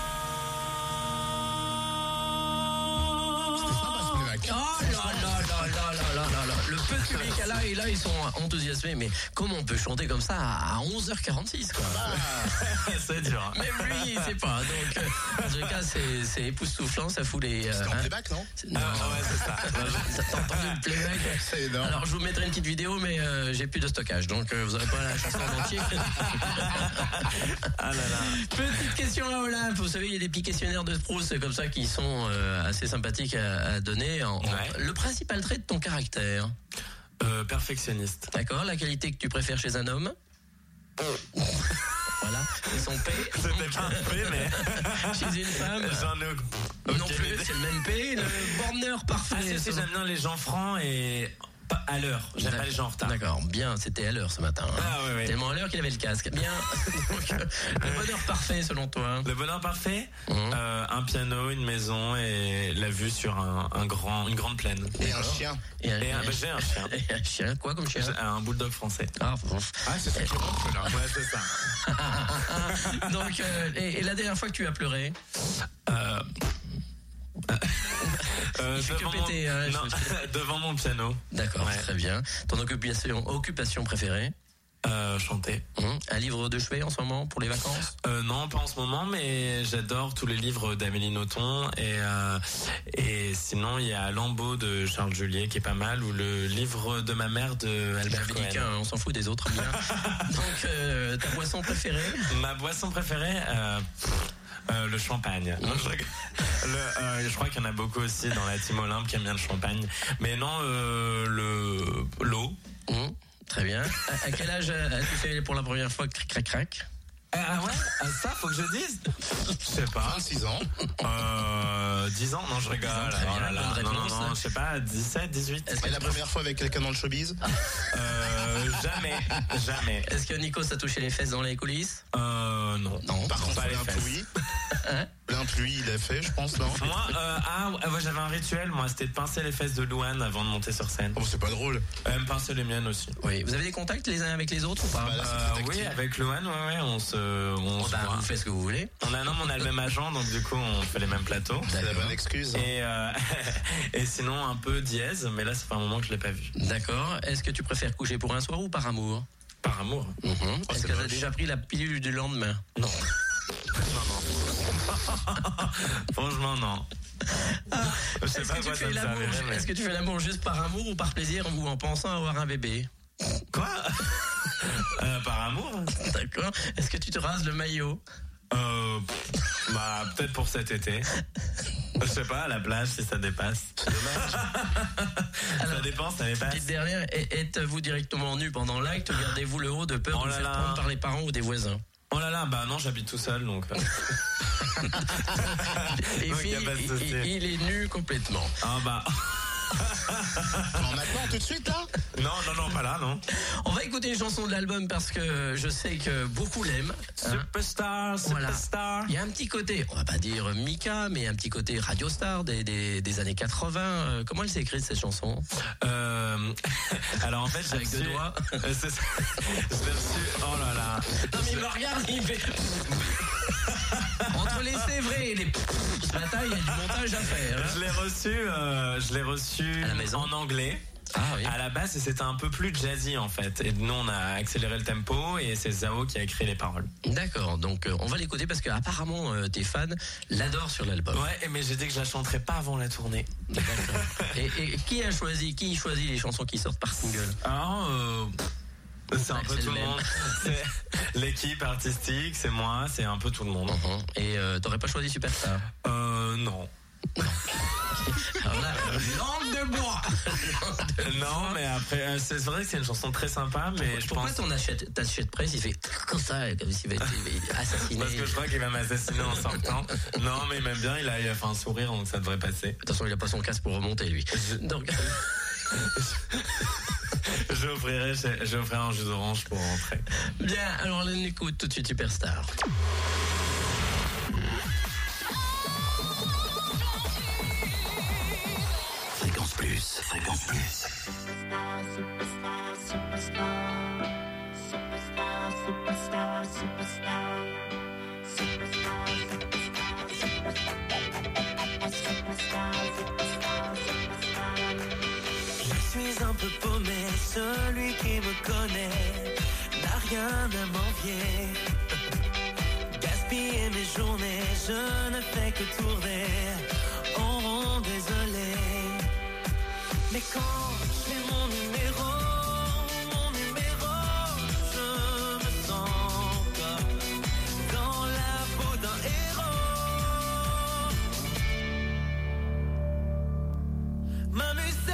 Oh là là là là là là là là. Le peu de public là et là ils sont enthousiasmés, mais comment on peut chanter comme ça à 11h46 quoi? C'est dur. Même lui il sait pas, donc en tout cas c'est époustouflant, ça fout les... C'est en playback, non? Non, ouais, c'est ça. T'as entendu le playback? C'est énorme. Alors je vous mettrai une petite vidéo, mais j'ai plus de stockage, donc vous aurez pas la chanson en entier. Ah là là. Petite question à Olympe, vous savez il y a des petits questionnaires de Proust comme ça qui sont assez sympathiques à donner. Le principal trait de ton caractère? Perfectionniste. D'accord, la qualité que tu préfères chez un homme? Voilà, et son P. C'était pas un P, mais. Chez une femme? J'en ai Non plus, c'est le même P, le borneur parfait. Ah, si, j'aime bien les gens francs et pas à l'heure. J'aime pas les gens en retard. D'accord, bien, c'était à l'heure ce matin. Hein. Ah ouais, ouais. Tellement à l'heure qu'il avait le casque. Bien. Donc, le bonheur parfait selon toi? Le bonheur parfait, un piano, une maison et la vue sur une grande plaine. Et un chien. Et J'ai un chien. Et un chien, quoi comme chien? Un bulldog français. Ah, bon. C'est ça qui rentre là. Ouais, c'est ça. Donc, et la dernière fois que tu as pleuré? Devant mon piano. D'accord, Ouais. très bien. Ton occupation préférée? Chanter. Un livre de chevet en ce moment pour les vacances? Non, pas en ce moment, mais j'adore tous les livres d'Amélie Nothomb et sinon il y a Lambeau de Charles Juliet qui est pas mal, ou le livre de ma mère de Albert Cohen. On s'en fout des autres. Bien. Donc ta boisson préférée? Ma boisson préférée, le champagne. Non, je crois qu'il y en a beaucoup aussi dans la team Olympe qui aiment bien le champagne, mais non, l'eau. Très bien. À quel âge as-tu fait pour la première fois crac? Ah ouais, ça faut que je dise. Je sais pas. 26 ans. 10 ans, non je rigole. Très bien, Oh là là. bonne réponse. Non, je sais pas, 17, 18. Et la première fois avec quelqu'un dans le showbiz? Jamais. Est-ce que Nico t'a touché les fesses dans les coulisses? Non. Par contre, pas les l'imp, fesses. oui. Hein? L'imp, lui, il l'a fait, je pense, non? Moi, j'avais un rituel, moi, c'était de pincer les fesses de Louane avant de monter sur scène. Oh, c'est pas drôle. Elle me pincer les miennes aussi. Oui. Vous avez des contacts les uns avec les autres ou pas? Bah, là, c'est très Oui, tactile. avec Louane, ouais, on se Vous voit. faites ce que vous voulez. On a le même agent, donc du coup, on fait les mêmes plateaux. C'est la bonne excuse. Et sinon, un peu dièse, mais là, ça fait un moment que je l'ai pas vu. D'accord. Est-ce que tu préfères coucher pour un soir ou par amour? Par amour. Est-ce c'est que tu as moche. déjà pris la pilule du lendemain? Non. Franchement, non. Je sais Est-ce pas que, quoi tu ça fais me l'amour, servirait, mais- est-ce que tu fais l'amour juste par amour ou par plaisir ou en pensant avoir un bébé? Quoi Par amour? D'accord. Est-ce que tu te rases le maillot? Peut-être pour cet été. Je sais pas, à la plage, si ça dépasse. C'est dommage. Ça dépend, ça dépasse. Petite dernière, êtes-vous directement nu pendant l'acte ou gardez-vous le haut de peur Oh de vous là faire là. prendre par les parents ou des voisins? Oh là là, bah non, j'habite tout seul, donc... Et Donc, puis, y a pas de souci. il est nu complètement. Ah bah... Non, maintenant, tout de suite, là? Non, pas là, non. On va écouter une chanson de l'album parce que je sais que beaucoup l'aiment. hein. Superstar. Voilà. Il y a un petit côté, on va pas dire Mika, mais un petit côté Radio Star des années 80. Comment elle s'est écrite cette chanson? Alors en fait, j'ai Avec deux reçu... doigts. C'est ça. Je l'ai reçu... Oh là là. Non mais il me regarde, il fait... Entre les c'est vrai et les... Ce matin, il y a du montage à faire. hein. Je l'ai reçu À la maison. en anglais. Ah oui. À la base, c'était un peu plus jazzy en fait. Et nous, on a accéléré le tempo et c'est Zao qui a écrit les paroles. D'accord, donc on va l'écouter parce qu'apparemment tes fans l'adorent sur l'album. Ouais, mais j'ai dit que je la chanterais pas avant la tournée. D'accord. Et qui choisit les chansons qui sortent par single? C'est un peu c'est tout le le même. monde. C'est l'équipe artistique, c'est moi, c'est un peu tout le monde. Et t'aurais pas choisi Superstar? Non. Alors là, langue de bois. Non, mais après, c'est vrai que c'est une chanson très sympa, mais pourquoi ton attaché de presse, il fait comme ça, comme s'il va être assassiné? Parce que je crois qu'il va m'assassiner en sortant. Non, mais il m'aime bien, il a fait un sourire, donc ça devrait passer. De toute façon, il a pas son casque pour remonter, lui. Donc... J'offrirai un jus d'orange pour rentrer. Bien, alors on écoute tout de suite Superstar. Fréquence Plus. Je suis un peu paumé, celui qui me connaît n'a rien à m'envier. Gaspiller mes journées, je ne fais que tourner en rond, désolé. Mais quand je fais mon numéro, je me sens comme dans la peau d'un héros. M'amuser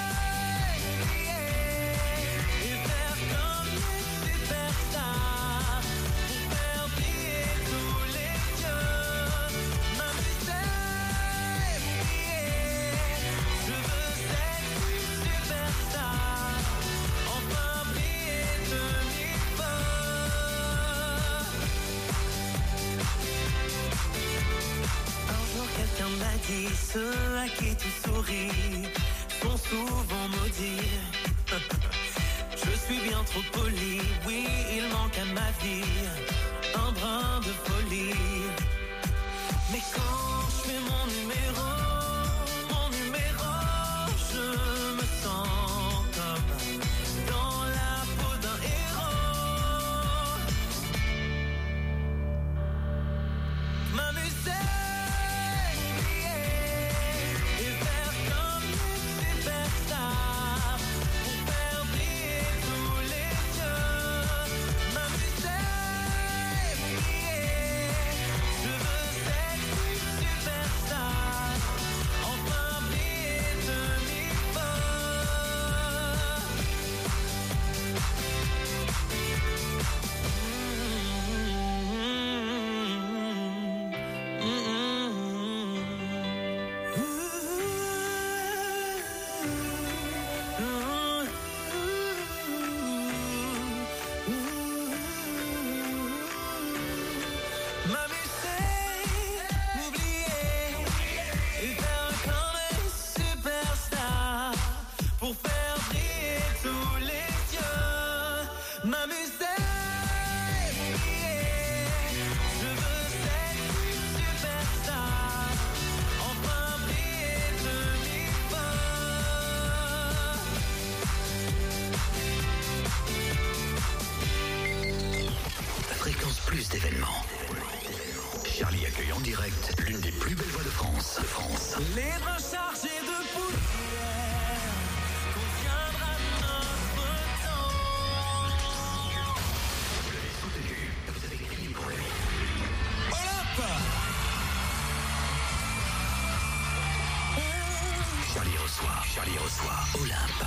ceux à qui tu souris sont souvent maudits. Je suis bien trop poli, oui, il manque à ma vie un brin de folie. Mais quand je fais mon numéro, je me sens comme dans la peau d'un héros. M'amuser Plus d'événements. Charlie accueille en direct l'une des plus belles voix de France. Les bras chargés de poussière, qu'on viendra notre temps. Vous l'avez soutenu, vous avez crié pour lui. Olympe! Charlie reçoit Olympe.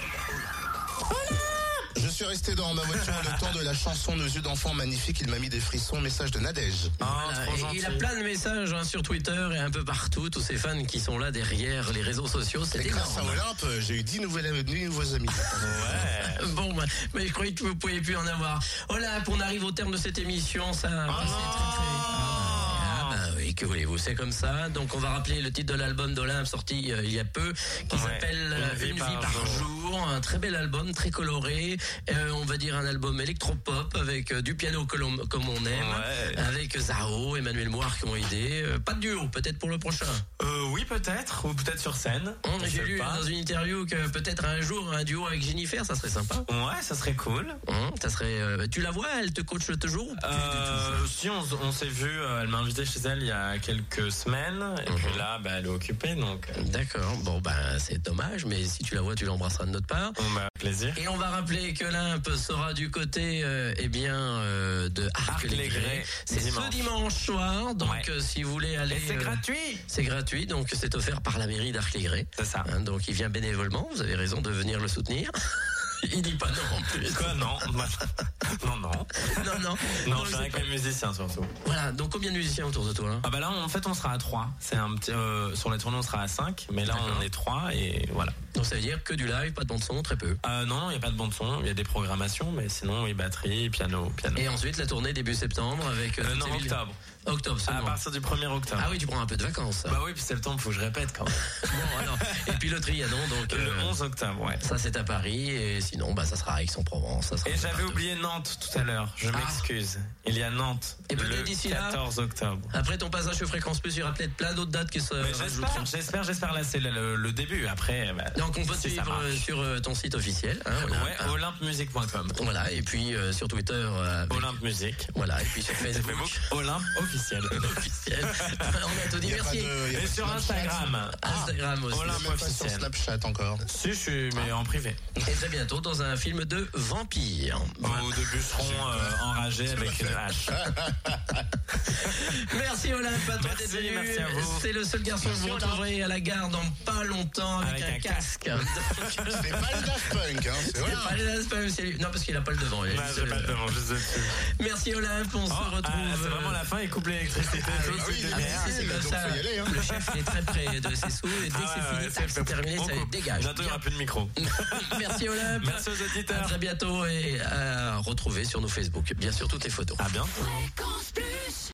Je suis resté dans ma voiture le temps de la chanson Nos yeux d'enfant magnifique. Il m'a mis des frissons. Message de Nadège. Voilà, il a plein de messages sur Twitter et un peu partout. Tous ces fans qui sont là derrière les réseaux sociaux. C'est et grâce à Olympe, j'ai eu 10 nouveaux amis. Ouais. Bon, mais je croyais que vous pouviez plus en avoir. Olympe, on arrive au terme de cette émission. Ça va passer très vite. Oui, que voulez-vous, c'est comme ça. Donc on va rappeler le titre de l'album d'Olympe sorti il y a peu, qui s'appelle Une vie par jour. Un très bel album, très coloré. On va dire un album électropop avec du piano comme on aime, avec Zao, Emmanuel Moir qui ont aidé. Pas de duo, peut-être pour le prochain. Oui, peut-être, ou peut-être sur scène. J'ai lu dans une interview que peut-être un jour un duo avec Jennifer, ça serait sympa. Ouais, ça serait cool. Ça serait. Tu la vois, elle te coach toujours ou plus du tout? Si, on s'est vu. Elle m'a invité chez elle il y a a quelques semaines. Et puis là, elle est occupée, donc. D'accord. Bon, c'est dommage, mais si tu la vois, tu l'embrasseras de notre part. Plaisir. Et on va rappeler que l'Olympe sera du côté, de Arc-les-Grès. C'est ce dimanche soir. Donc, si vous voulez aller. Et c'est gratuit. C'est gratuit, donc c'est offert par la mairie d'Arc-les-Grès. C'est ça. Donc, il vient bénévolement. Vous avez raison de venir le soutenir. Il dit pas non en plus. Quoi, non. Non, je suis avec les musiciens surtout. Voilà, donc combien de musiciens autour de toi? Là, en fait, on sera à 3. C'est un petit, sur les tournées, on sera à 5, mais là, on est 3 et voilà. Donc ça veut dire que du live, pas de bande son, très peu. Non, il n'y a pas de bande son, il y a des programmations, mais sinon, oui, batterie, piano. Et ensuite, la tournée début septembre avec. Non, octobre. Octobre seulement. À partir du 1er octobre. Ah oui, tu prends un peu de vacances. Oui, puis septembre, faut que je répète quand même. Bon, alors. Et puis le Trianon, donc. Le 11 octobre, ouais. Ça, c'est à Paris, et sinon, ça sera à Aix-en-Provence. Et j'avais oublié Nantes tout à l'heure, je m'excuse. Il y a Nantes. Et peut-être d'ici là. 14 octobre. Après ton passage sur Fréquence Plus, il y aura peut-être plein d'autres dates qui se. J'espère, là, c'est le début. Après. Donc, on peut te suivre sur ton site officiel. olympemusique.com. Voilà, et puis sur Twitter. Olympe Musique. Voilà, et puis sur Facebook. Olympe officiel. On a tout dit, merci. Et sur Instagram. Instagram aussi. Olympe officiel. Sur Snapchat encore. Si, je suis, mais en privé. Et très bientôt dans un film de vampire. Ou de bûcheron enragé avec une hache. Merci Olympe, à toi d'être venu. Merci à vous. C'est le seul garçon que vous retrouverez à la gare dans pas longtemps avec un casque. C'est pas le Daft Punk, c'est pas le Daft Punk, c'est lui. Non, parce qu'il a pas le devant. J'ai pas le devant, juste dessus. Merci Olympe, on se retrouve. C'est vraiment la fin, il coupe l'électricité. C'est comme ça. Le chef est très près de ses sous et dès que c'est terminé, ça dégage. Bientôt, il n'y aura plus de micro. Merci Olympe. Merci aux auditeurs. À très bientôt et à retrouver sur nos Facebook. Bien sûr, toutes les photos. À bientôt.